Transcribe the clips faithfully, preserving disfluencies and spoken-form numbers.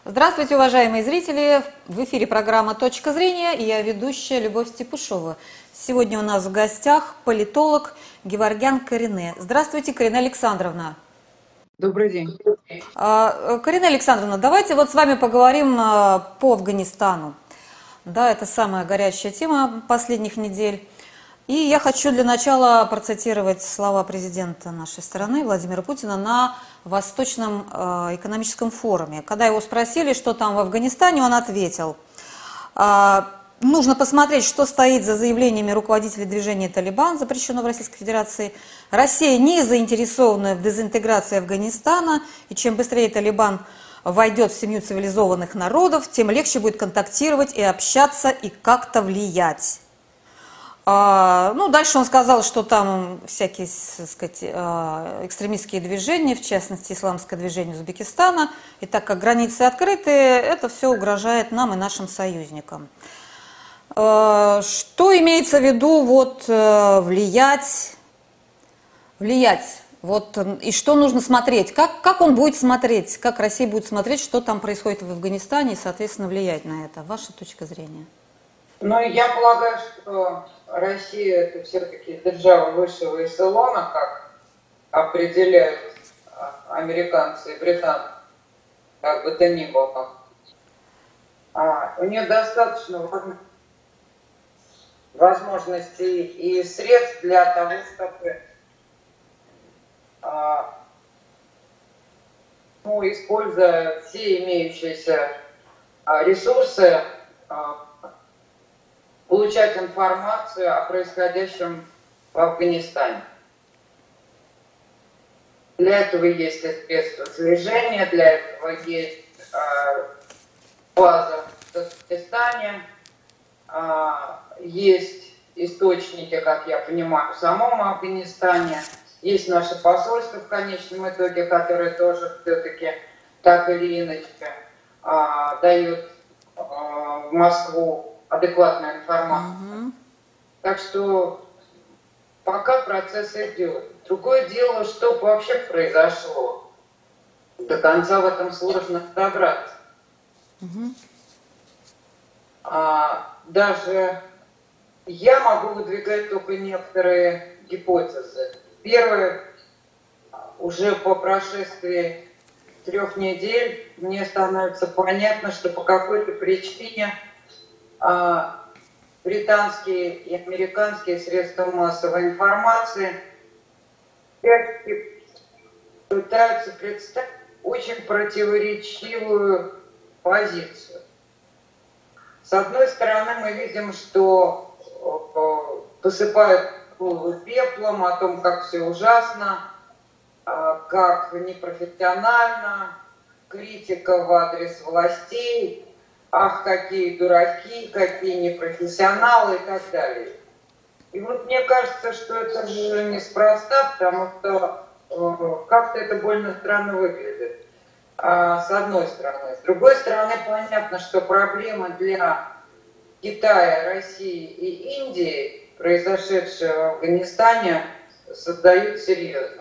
Здравствуйте, уважаемые зрители! В эфире программа «Точка зрения» и я ведущая Любовь Степушова. Сегодня у нас в гостях политолог Геворгян Карине. Здравствуйте, Карине Александровна. Добрый день. Карине Александровна, давайте вот с вами поговорим по Афганистану. Да, это самая горячая тема последних недель. И я хочу для начала процитировать слова президента нашей страны Владимира Путина на Восточном э, экономическом форуме. Когда его спросили, что там в Афганистане, он ответил: э, нужно посмотреть, что стоит за заявлениями руководителей движения «Талибан», запрещенного в Российской Федерации. Россия не заинтересована в дезинтеграции Афганистана, и чем быстрее «Талибан» войдет в семью цивилизованных народов, тем легче будет контактировать и общаться, и как-то влиять. Ну, дальше он сказал, что там всякие, так сказать, экстремистские движения, в частности, исламское движение Узбекистана. И так как границы открыты, это все угрожает нам и нашим союзникам. Что имеется в виду вот влиять, влиять? Вот, и что нужно смотреть? Как, как он будет смотреть? Как Россия будет смотреть, что там происходит в Афганистане, и, соответственно, влиять на это? Ваша точка зрения? Ну, я полагаю, что Россия это все-таки держава высшего эшелона, как определяют американцы и британцы, как бы то ни было. А, у нее достаточно возможностей и средств для того, чтобы а, ну, используя все имеющиеся а, ресурсы, а, получать информацию о происходящем в Афганистане. Для этого есть и средства слежения, для этого есть э, база в Таджикистане, э, есть источники, как я понимаю, в самом Афганистане, есть наше посольство в конечном итоге, которое тоже все-таки так или иначе э, дает э, в Москву адекватную информацию. Mm-hmm. Так что пока процесс идет. Другое дело, что вообще произошло. До конца в этом сложно разобраться. Mm-hmm. А, даже я могу выдвигать только некоторые гипотезы. Первое, уже по прошествии трех недель мне становится понятно, что по какой-то причине а, британские и американские средства массовой информации пытаются представить очень противоречивую позицию. С одной стороны, мы видим, что посыпают голову пеплом о том, как все ужасно, как непрофессионально, критика в адрес властей, ах, какие дураки, какие непрофессионалы и так далее. И вот мне кажется, что это же неспроста, потому что э, как-то это больно странно выглядит, а, с одной стороны. С другой стороны, понятно, что проблемы для Китая, России и Индии, произошедшие в Афганистане, создают серьезно.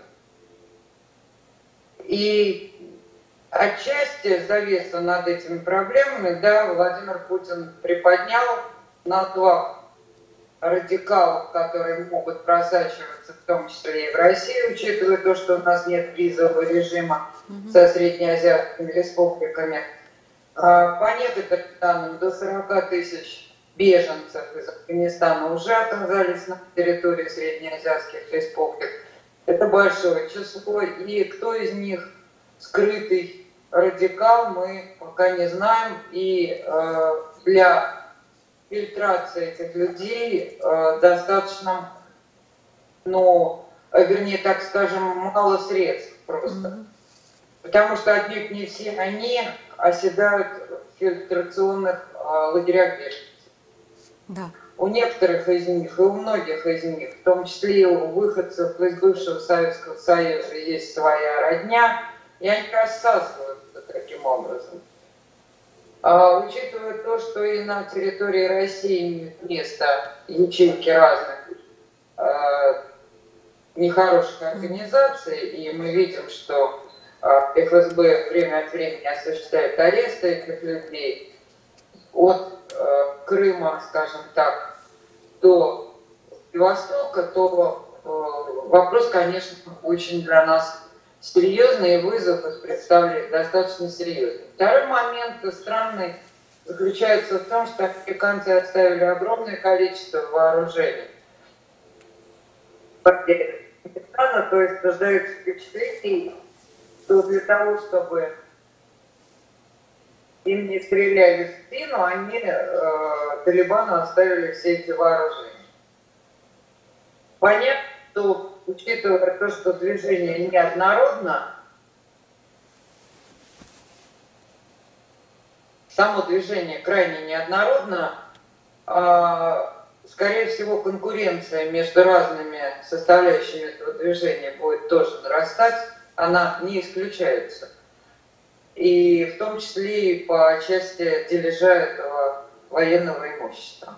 И отчасти завеса над этими проблемами, да, Владимир Путин приподнял, назвав радикалов, которые могут просачиваться, в том числе и в Россию, учитывая то, что у нас нет визового режима mm-hmm. со среднеазиатскими республиками. По некоторым данным, до сорока тысяч беженцев из Афганистана уже оказались на территории среднеазиатских республик. Это большое число, и кто из них скрытый радикал, мы пока не знаем, и э, для фильтрации этих людей э, достаточно, ну, вернее, так скажем, мало средств просто. Mm-hmm. Потому что отнюдь не все они оседают в фильтрационных э, лагерях беженцев. Да. У некоторых из них, и у многих из них, в том числе и у выходцев из бывшего Советского Союза, есть своя родня, и они рассасываются таким образом. А, учитывая то, что и на территории России имеют место ячейки разных а, нехороших организаций, и мы видим, что эф эс бэ время от времени осуществляет аресты этих людей. От э, Крыма, скажем так, до Владивостока, то э, вопрос, конечно, очень для нас серьезный, и вызов их представляет достаточно серьезный. Второй момент странный заключается в том, что американцы оставили огромное количество вооружений. То есть создается впечатление, что для того, чтобы им не стреляли в спину, они э, Талибану оставили все эти вооружения. Понятно, что, учитывая то, что движение неоднородно, само движение крайне неоднородно, э, скорее всего, конкуренция между разными составляющими этого движения будет тоже нарастать, она не исключается. И в том числе и по части дележа этого военного имущества.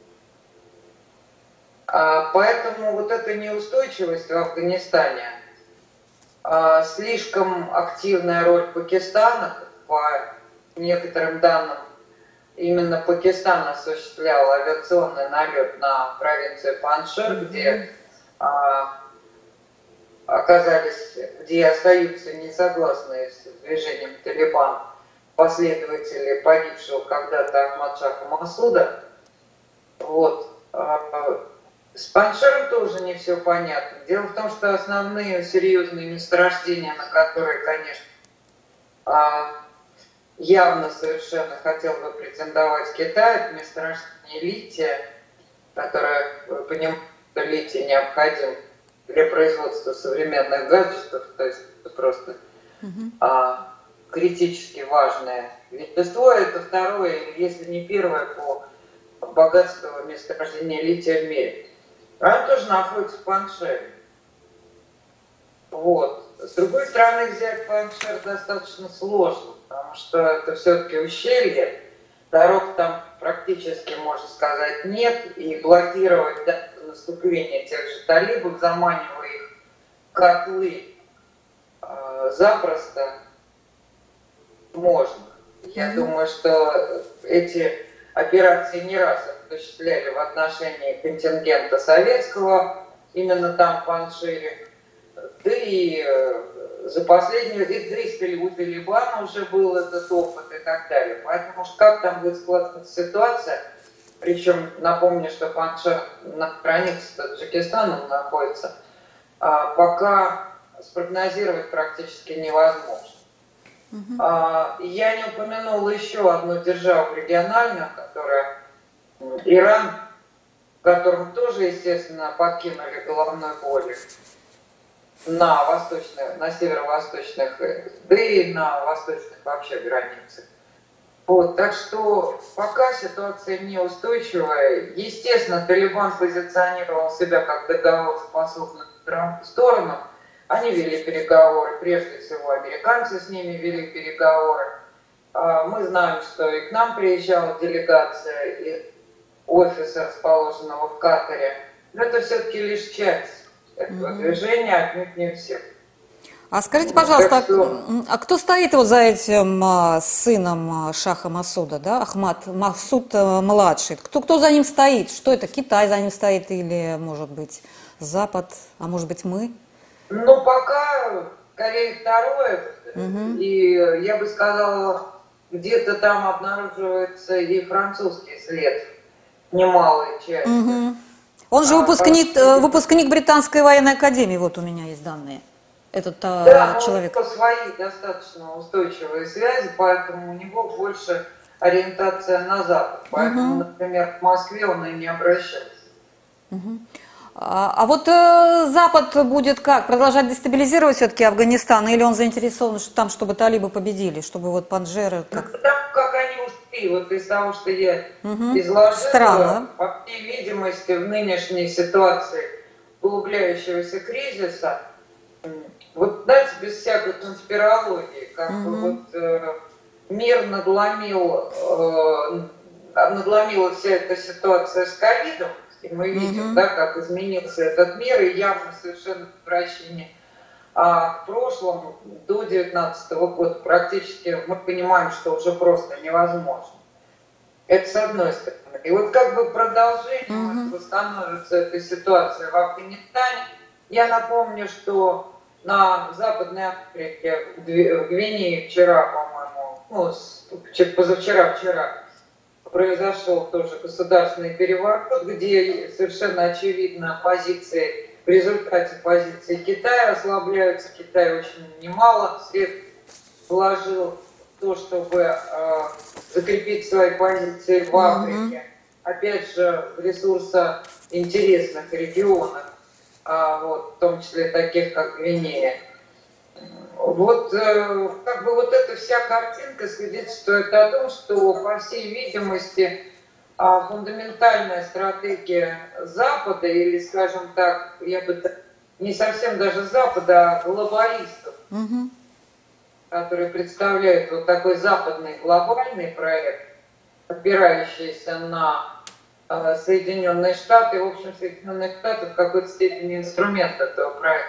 А поэтому вот эта неустойчивость в Афганистане, а слишком активная роль Пакистана, по некоторым данным, именно Пакистан осуществлял авиационный налет на провинцию Паншер, mm-hmm. где а, оказались, где остаются несогласные с движением Талибан последователи погибшего когда-то Ахмад-Шаха Масуда. Вот. С Паншером тоже не все понятно. Дело в том, что основные серьезные месторождения, на которые, конечно, явно совершенно хотел бы претендовать Китай, это месторождение лития, которое, вы понимаете, литий необходим для производства современных гаджетов, то есть это просто uh-huh. а, критически важное вещество. Это второе, если не первое по богатству месторождения лития в мире. Оно тоже находится в Паншере. Вот. С другой стороны, взять Паншер достаточно сложно, потому что это все-таки ущелье, дорог там практически, можно сказать, нет, и блокировать да, наступление тех же талибов, заманивая их в котлы, э, запросто можно. Я mm-hmm. думаю, что эти операции не раз осуществляли в отношении контингента советского, именно там, в Паншере. Да и э, за последние, да и у Талибана уже был этот опыт и так далее. Поэтому как там будет складываться ситуация, причем напомню, что Паншер на границе с Таджикистаном находится, а, пока спрогнозировать практически невозможно. Uh-huh. А, я не упомянула еще одну державу региональную, которая Иран, которому тоже, естественно, подкинули головной боли на восточных, на северо-восточных, да и на восточных вообще границах. Вот, так что пока ситуация неустойчивая. Естественно, Талибан позиционировал себя как договороспособную сторону. Они вели переговоры, прежде всего американцы с ними вели переговоры. Мы знаем, что и к нам приезжала делегация из офиса, расположенного в Катаре. Но это все-таки лишь часть этого mm-hmm. движения, отнюдь не всех. А скажите, пожалуйста, что... а кто стоит вот за этим а, сыном Шаха Масуда, да, Ахмад Масуд а, младший? Кто, кто за ним стоит? Что это, Китай за ним стоит или, может быть, Запад, а может быть, мы? Ну, пока скорее второе. Угу. И я бы сказала, где-то там обнаруживается и французский след, немалая часть. Угу. Он же а, выпускник, по... выпускник Британской военной академии, вот у меня есть данные. Этот да, человек. У него свои достаточно устойчивые связи, поэтому у него больше ориентация на Запад. Поэтому, угу. например, в Москве он и не обращался. Угу. А, а вот э, Запад будет как? Продолжать дестабилизировать все-таки Афганистан? Или он заинтересован что, там, чтобы талибы победили? Чтобы вот Панджеры... Как... Ну, потому как они ушли, вот из того, что я угу. изложила, Странно. По всей видимости, в нынешней ситуации углубляющегося кризиса, вот, знаете, без всякой конспирологии, как угу. бы вот э, мир надломил, э, надломила вся эта ситуация с ковидом, и мы видим, mm-hmm. да, как изменился этот мир, и явно совершенно превращение А в прошлом, до две тысячи девятнадцатого года, практически мы понимаем, что уже просто невозможно. Это с одной стороны. И вот как бы продолжением mm-hmm. становится эта ситуация в Афганистане. Я напомню, что на Западной Африке, в Гвинее вчера, по-моему, ну, позавчера-вчера, произошел тоже государственный переворот, где совершенно очевидно позиции, в результате позиции Китая ослабляются. Китай очень немало средств вложил в то, чтобы э, закрепить свои позиции в Африке. Mm-hmm. Опять же, в ресурсоинтересных регионах, э, вот, в том числе таких, как Гвинея. Вот э, как бы вот эта вся картинка свидетельствует о том, что, по всей видимости, э, фундаментальная стратегия Запада, или, скажем так, я бы не совсем даже Запада, а глобалистов, mm-hmm. которые представляют вот такой западный глобальный проект, опирающийся на э, Соединенные Штаты. В общем, Соединенные Штаты в какой-то степени инструмент этого проекта.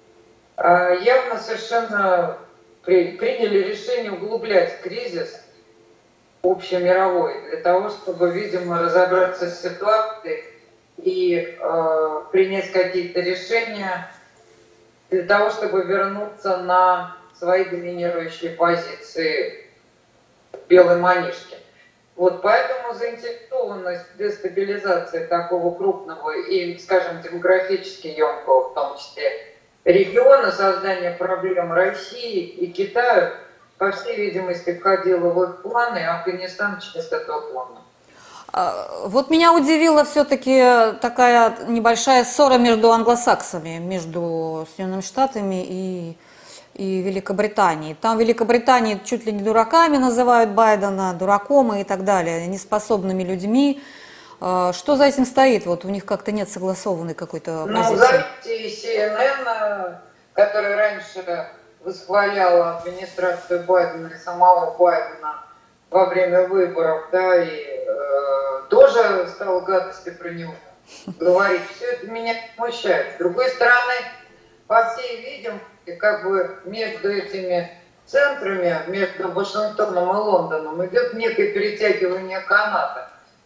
Явно совершенно при, приняли решение углублять кризис общемировой для того, чтобы, видимо, разобраться с ситуацией и э, принять какие-то решения для того, чтобы вернуться на свои доминирующие позиции белой манишки. Вот поэтому заинтересованность в дестабилизации такого крупного и, скажем, демографически емкого, в том числе, региона, создания проблем России и Китаю, по всей видимости, входило в их планы, а Афганистан часть этого плана. Вот меня удивила все-таки такая небольшая ссора между англосаксами, между Соединенными Штатами и, и Великобританией. Там в Великобритании чуть ли не дураками называют Байдена, дураком и так далее, неспособными людьми. Что за этим стоит? Вот у них как-то нет согласованной какой-то позиции. Ну, зависите Си Эн Эн, который раньше восхваляла администрацию Байдена и самого Байдена во время выборов, да, и э, тоже стал гадости про него говорить. Все это меня смущает. С другой стороны, по всей видимости, как бы между этими центрами, между Вашингтоном и Лондоном идет некое перетягивание каната.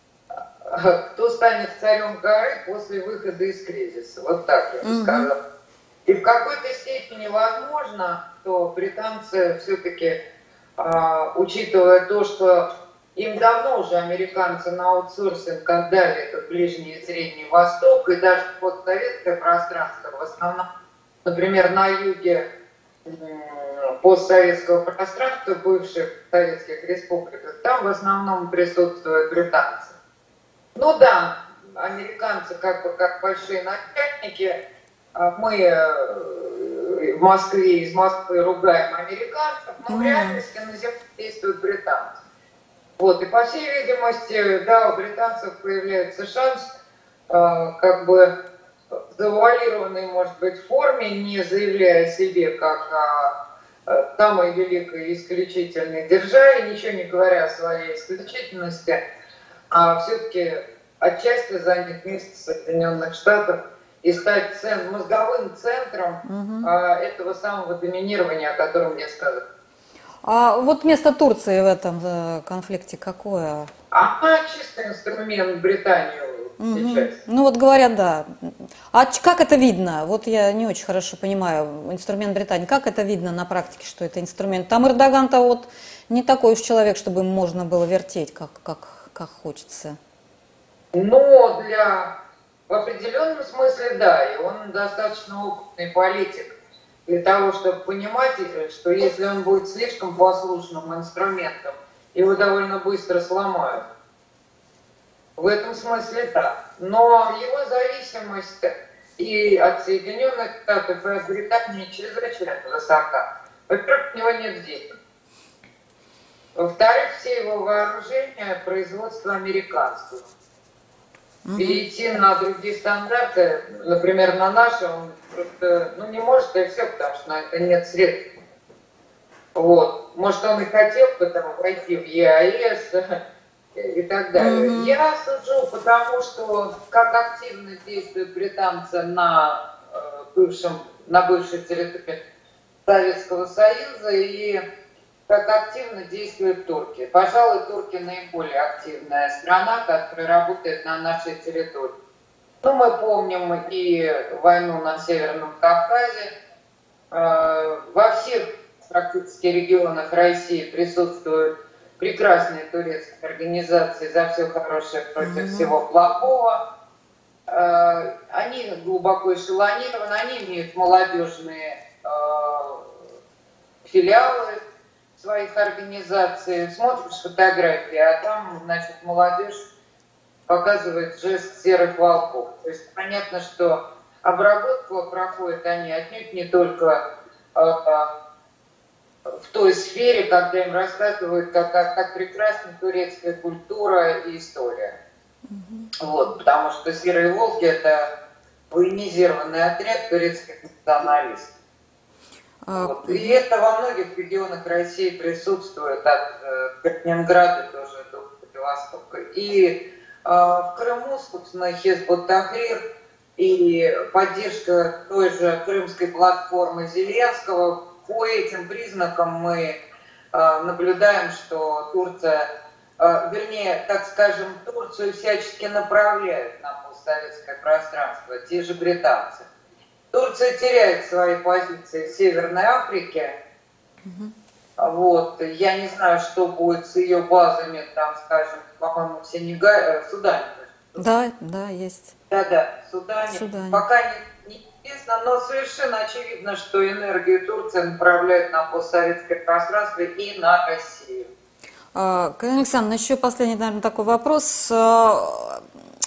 Кто станет царем горы после выхода из кризиса. Вот так я бы сказала. И в какой-то степени возможно, что британцы все-таки, э, учитывая то, что им давно уже американцы на аутсорсинг отдали этот Ближний и Средний Восток, и даже постсоветское пространство, в основном, например, на юге э, постсоветского пространства, бывших советских республик, там в основном присутствуют британцы. Ну да, американцы как бы как большие начальники, мы в Москве, из Москвы ругаем американцев, но в реальности на земле действуют британцы. Вот, и по всей видимости, да, у британцев появляется шанс как бы в завуалированной, может быть, форме, не заявляя о себе как о самой великой и исключительной державе, ничего не говоря о своей исключительности, а все-таки отчасти занять место Соединенных Штатов и стать цент, мозговым центром угу. а, этого самого доминирования, о котором я сказала. А вот место Турции в этом э, конфликте какое? Она чисто инструмент Британии угу. сейчас. Ну вот говорят, да. А как это видно? Вот я не очень хорошо понимаю, инструмент Британии. Как это видно на практике, что это инструмент? Там Эрдоган-то вот не такой уж человек, чтобы им можно было вертеть, как, как, как хочется. Но для... в определенном смысле, да, и он достаточно опытный политик для того, чтобы понимать, что если он будет слишком послушным инструментом, его довольно быстро сломают. В этом смысле, да. Но его зависимость и от Соединенных Штатов, и от Британии чрезвычайно высока. Во-первых, у него нет денег. Во-вторых, все его вооружения – производство американского. Перейти на другие стандарты, например, на наши, он просто ну, не может, и все, потому что на это нет средств. Вот. Может, он и хотел бы там войти в Е А Эс и так далее. Mm-hmm. Я сужу, потому что как активно действуют британцы на э, бывшем на бывшей территории Советского Союза и как активно действуют турки. Пожалуй, турки наиболее активная страна, которая работает на нашей территории. Ну, мы помним и войну на Северном Кавказе. Во всех практически регионах России присутствуют прекрасные турецкие организации за все хорошее против mm-hmm. всего плохого. Они глубоко эшелонированы, они имеют молодежные филиалы своих организаций. Смотришь фотографии, а там, значит, молодежь показывает жест серых волков. То есть понятно, что обработку проходят они отнюдь не только э, в той сфере, когда им рассказывают, как, как, как прекрасна турецкая культура и история. Mm-hmm. Вот, потому что серые волки — это военизированный отряд турецких националистов. Uh, вот. И это во многих регионах России присутствует, от э, Калининграда тоже до Владивостока. И э, в Крыму, собственно, Хизбут Тахрир и поддержка той же крымской платформы Зеленского. По этим признакам мы э, наблюдаем, что Турция, э, вернее, так скажем, Турцию всячески направляют на постсоветское пространство, те же британцы. Турция теряет свои позиции в Северной Африке. Mm-hmm. Вот. Я не знаю, что будет с ее базами, там, скажем, по-моему, в Сенегале, в Судане. Да, да, есть. Да-да, в Судане. Судане. Пока не, неизвестно, но совершенно очевидно, что энергию Турции направляют на постсоветское пространство и на Россию. Карина Александровна, еще последний, наверное, такой вопрос. Что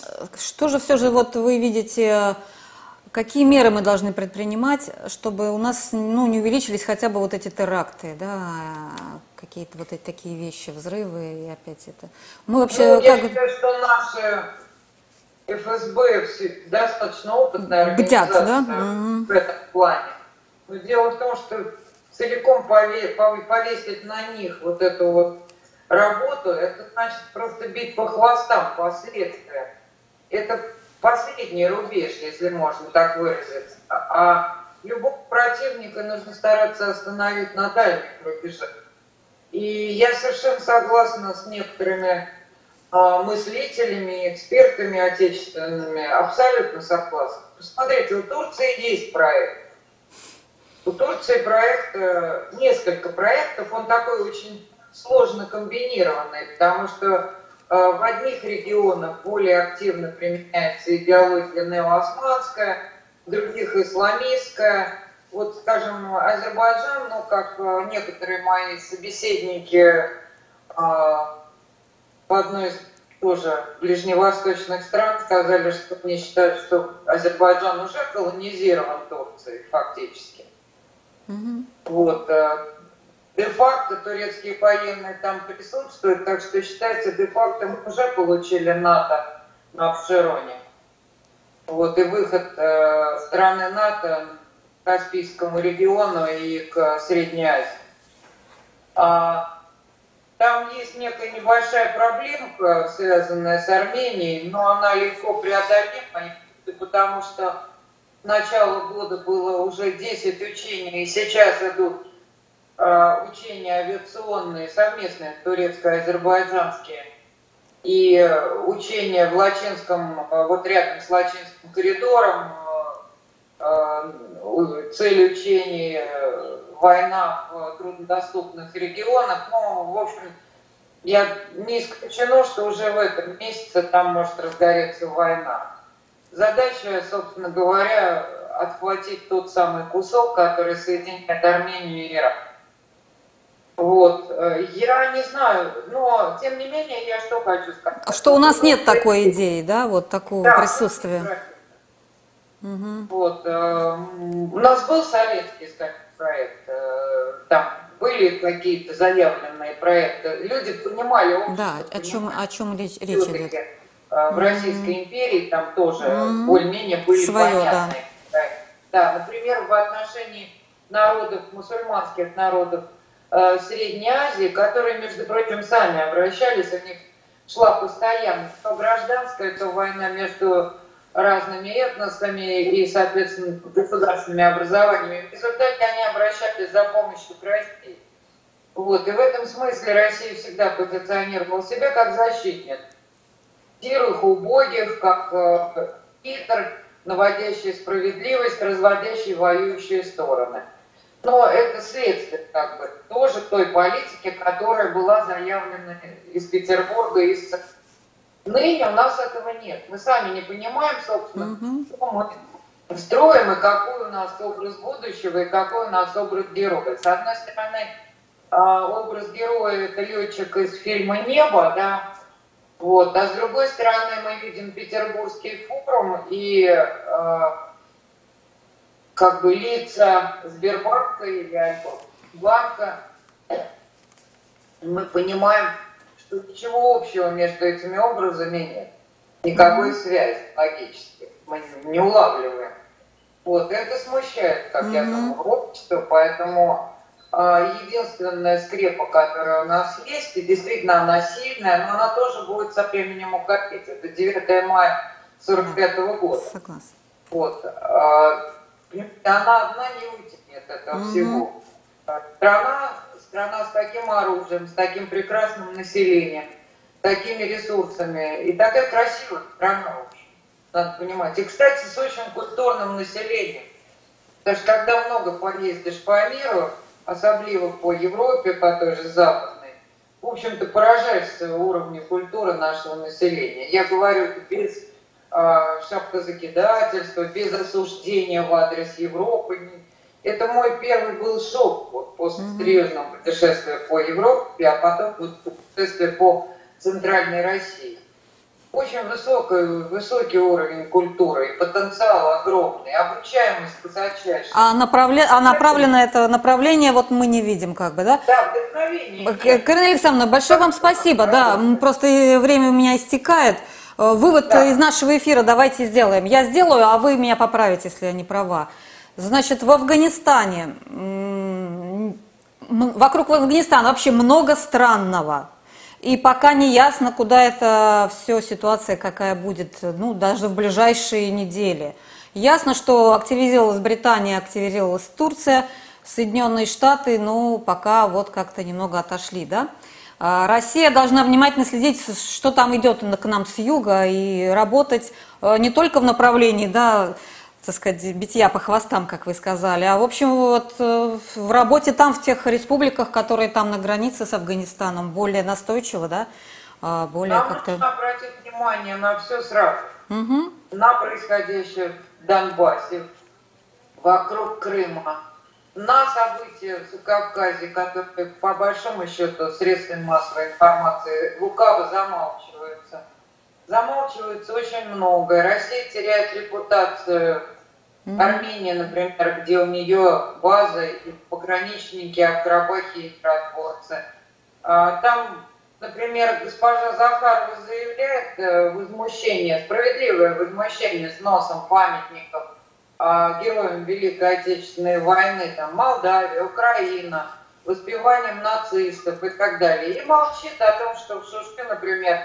же все же вот вы видите... Какие меры мы должны предпринимать, чтобы у нас, ну, не увеличились хотя бы вот эти теракты, да, какие-то вот эти такие вещи, взрывы и опять это. Мы вообще... Ну, я как... считаю, что наши эф эс бэ достаточно опытная организация. Бдят, да? В этом плане. Но дело в том, что целиком повесить на них вот эту вот работу, это значит просто бить по хвостам последствия. Это последний рубеж, если можно так выразиться. А любого противника нужно стараться остановить на дальних рубежах. И я совершенно согласна с некоторыми а, мыслителями, экспертами отечественными, абсолютно согласна. Посмотрите, у Турции есть проект. У Турции проект, несколько проектов, он такой очень сложно комбинированный, потому что в одних регионах более активно применяется идеология неоосманская, в других исламистская. Вот, скажем, Азербайджан, ну, как некоторые мои собеседники в одной из тоже ближневосточных стран сказали, что они считают, что Азербайджан уже колонизирован Турцией фактически. Mm-hmm. Вот. Де-факто турецкие военные там присутствуют, так что считается, де-факто мы уже получили НАТО на Абшероне. Вот, и выход э, страны НАТО к Каспийскому региону и к Средней Азии. А, там есть некая небольшая проблемка, связанная с Арменией, но она легко преодолима, потому что с начала года было уже десять учений, и сейчас идут учения авиационные, совместные турецко-азербайджанские, и учения в Лачинском, вот рядом с Лачинским коридором, цель учений война в труднодоступных регионах. Ну, в общем, я не исключено, что уже в этом месяце там может разгореться война. Задача, собственно говоря, отхватить тот самый кусок, который соединяет Армению и Ирак. Вот, я не знаю, но тем не менее я что хочу сказать. А что у нас нет такой идеи, да, вот такого да, присутствия? Угу. Вот, э, у нас был советский, скажем, проект, э, там были какие-то заявленные проекты, люди понимали общество. Да, о чем, о чем речь, речь идет? Э, в Российской mm. империи там тоже mm. более-менее были Своё, понятные да. проекты. Да, например, в отношении народов, мусульманских народов, Средней Азии, которые, между прочим, сами обращались, у них шла постоянно то гражданская, то война между разными этносами и, соответственно, государственными образованиями. В результате они обращались за помощью к России. Вот. И в этом смысле Россия всегда позиционировала себя как защитник сирых, убогих, как э, хитр, наводящий справедливость, разводящий воюющие стороны. Но это следствие как бы тоже той политики, которая была заявлена из Петербурга, из... Ныне у нас этого нет. Мы сами не понимаем, собственно, mm-hmm. что мы строим, и какой у нас образ будущего, и какой у нас образ героя. С одной стороны, образ героя – это летчик из фильма «Небо», да, вот, а с другой стороны мы видим Петербургский форум и э, как бы лица Сбербанка или Альфа-банка. Мы понимаем, что ничего общего между этими образами нет. Никакой mm-hmm. связи логически. Мы не улавливаем. Вот, это смущает, как mm-hmm. я думаю, общество, поэтому э, единственная скрепа, которая у нас есть, и действительно она сильная, но она тоже будет со временем уходить. Это девятое мая сорок пятого года. Согласна. Вот, э, она одна не вытянет этого mm-hmm. всего. Страна Страна с таким оружием, с таким прекрасным населением, с такими ресурсами. И такая красивая страна, в общем, надо понимать. И, кстати, с очень культурным населением. Потому что когда много поездишь по миру, особенно по Европе, по той же Западной, в общем-то, поражаешься уровню культуры нашего населения. Я говорю это без э, шапкозакидательства, без осуждения в адрес Европы. Это мой первый был шок вот, после mm-hmm. серьезного путешествия по Европе, а потом вот, путешествия по Центральной России. Очень высокий, высокий уровень культуры и потенциал огромный, обучаемость высочайшая. А, направле... а направлено это направление вот мы не видим, как бы, да? Да, вдохновение. Карина Александровна, большое вам спасибо, да, просто время у меня истекает. Вывод да. из нашего эфира давайте сделаем. Я сделаю, а вы меня поправите, если я не права. Значит, в Афганистане, вокруг Афганистана вообще много странного. И пока не ясно, куда это все, ситуация какая будет, ну, даже в ближайшие недели. Ясно, что активизировалась Британия, активизировалась Турция, Соединенные Штаты, ну, пока вот как-то немного отошли, да. Россия должна внимательно следить, что там идет к нам с юга, и работать не только в направлении, да, так сказать, битья по хвостам, как вы сказали, а в общем вот в работе там, в тех республиках, которые там на границе с Афганистаном, более настойчиво, да, более Нам как-то... нужно обратить внимание на все сразу, угу. на происходящее в Донбассе, вокруг Крыма, на события в Кавказе, которые по большому счету средствами массовой информации лукаво замалчиваются. Замалчивается очень многое. Россия теряет репутацию. Mm-hmm. Армения, например, где у нее база и пограничники, акробахи и миротворцы. Там, например, госпожа Захарова заявляет возмущение, справедливое возмущение сносом памятников героям Великой Отечественной войны, там Молдавия, Украина, воспеванием нацистов и так далее. И молчит о том, что в Шушке, например,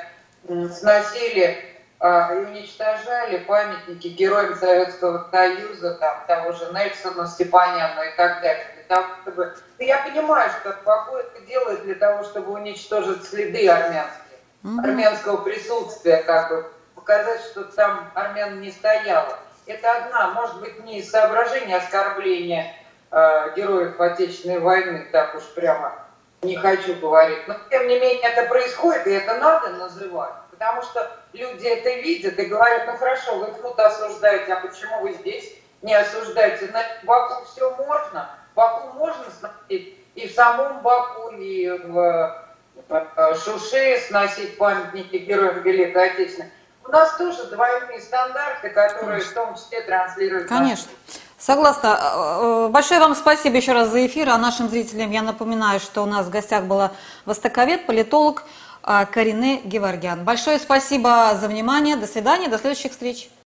сносили а, и уничтожали памятники героям Советского Союза, там, того же Нельсона, Степаняна и так далее. Для того, чтобы... Я понимаю, что Баку это делает для того, чтобы уничтожить следы армянские, mm-hmm. армянского присутствия, как бы показать, что там армян не стояло. Это одна, может быть, не из соображений оскорбления э, героев Отечественной войны, так уж прямо не хочу говорить, но тем не менее это происходит, и это надо называть, потому что люди это видят и говорят, ну хорошо, вы тут осуждаете, а почему вы здесь не осуждаете? На Баку все можно, Баку можно сносить, и в самом Баку, и в, в Шуше сносить памятники героям Великой Отечественной. У нас тоже двойные стандарты, которые Конечно. В том числе транслируют. Конечно. Согласна. Большое вам спасибо еще раз за эфир. А нашим зрителям я напоминаю, что у нас в гостях была востоковед, политолог Карине Геворгян. Большое спасибо за внимание. До свидания, до следующих встреч.